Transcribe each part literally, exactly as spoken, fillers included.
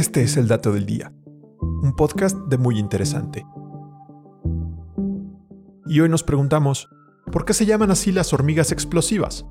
Este es el dato del día, un podcast de Muy Interesante. Y hoy nos preguntamos, ¿por qué se llaman así las hormigas explosivas?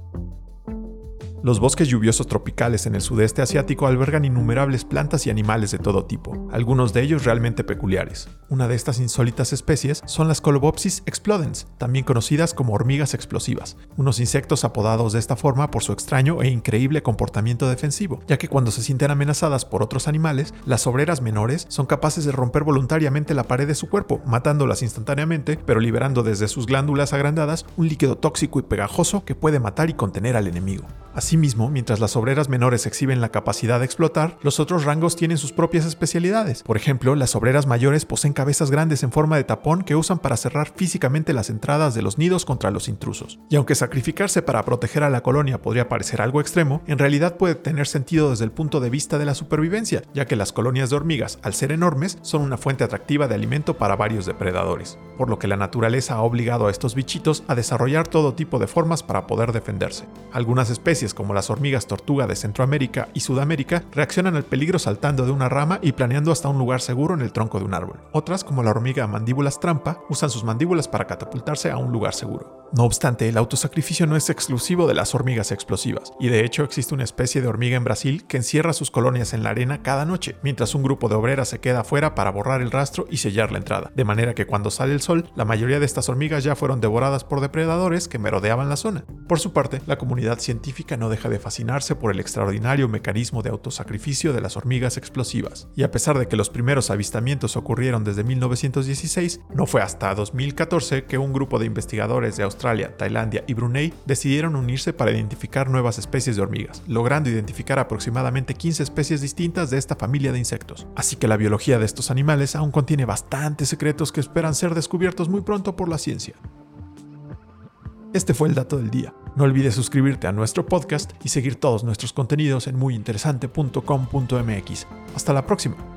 Los bosques lluviosos tropicales en el sudeste asiático albergan innumerables plantas y animales de todo tipo, algunos de ellos realmente peculiares. Una de estas insólitas especies son las Colobopsis explodens, también conocidas como hormigas explosivas, unos insectos apodados de esta forma por su extraño e increíble comportamiento defensivo, ya que cuando se sienten amenazadas por otros animales, las obreras menores son capaces de romper voluntariamente la pared de su cuerpo, matándolas instantáneamente, pero liberando desde sus glándulas agrandadas un líquido tóxico y pegajoso que puede matar y contener al enemigo. Asimismo, mientras las obreras menores exhiben la capacidad de explotar, los otros rangos tienen sus propias especialidades. Por ejemplo, las obreras mayores poseen cabezas grandes en forma de tapón que usan para cerrar físicamente las entradas de los nidos contra los intrusos. Y aunque sacrificarse para proteger a la colonia podría parecer algo extremo, en realidad puede tener sentido desde el punto de vista de la supervivencia, ya que las colonias de hormigas, al ser enormes, son una fuente atractiva de alimento para varios depredadores, por lo que la naturaleza ha obligado a estos bichitos a desarrollar todo tipo de formas para poder defenderse. Algunas especies, como las hormigas tortuga de Centroamérica y Sudamérica, reaccionan al peligro saltando de una rama y planeando hasta un lugar seguro en el tronco de un árbol. Otras, como la hormiga mandíbulas trampa, usan sus mandíbulas para catapultarse a un lugar seguro. No obstante, el autosacrificio no es exclusivo de las hormigas explosivas, y de hecho existe una especie de hormiga en Brasil que encierra sus colonias en la arena cada noche, mientras un grupo de obreras se queda afuera para borrar el rastro y sellar la entrada, de manera que cuando sale el sol, la mayoría de estas hormigas ya fueron devoradas por depredadores que merodeaban la zona. Por su parte, la comunidad científica no deja de fascinarse por el extraordinario mecanismo de autosacrificio de las hormigas explosivas, y a pesar de que los primeros avistamientos ocurrieron desde mil novecientos dieciséis, no fue hasta dos mil catorce que un grupo de investigadores de Australia, Tailandia y Brunei decidieron unirse para identificar nuevas especies de hormigas, logrando identificar aproximadamente quince especies distintas de esta familia de insectos. Así que la biología de estos animales aún contiene bastantes secretos que esperan ser descubiertos muy pronto por la ciencia. Este fue el dato del día. No olvides suscribirte a nuestro podcast y seguir todos nuestros contenidos en muy interesante punto com punto m x. Hasta la próxima.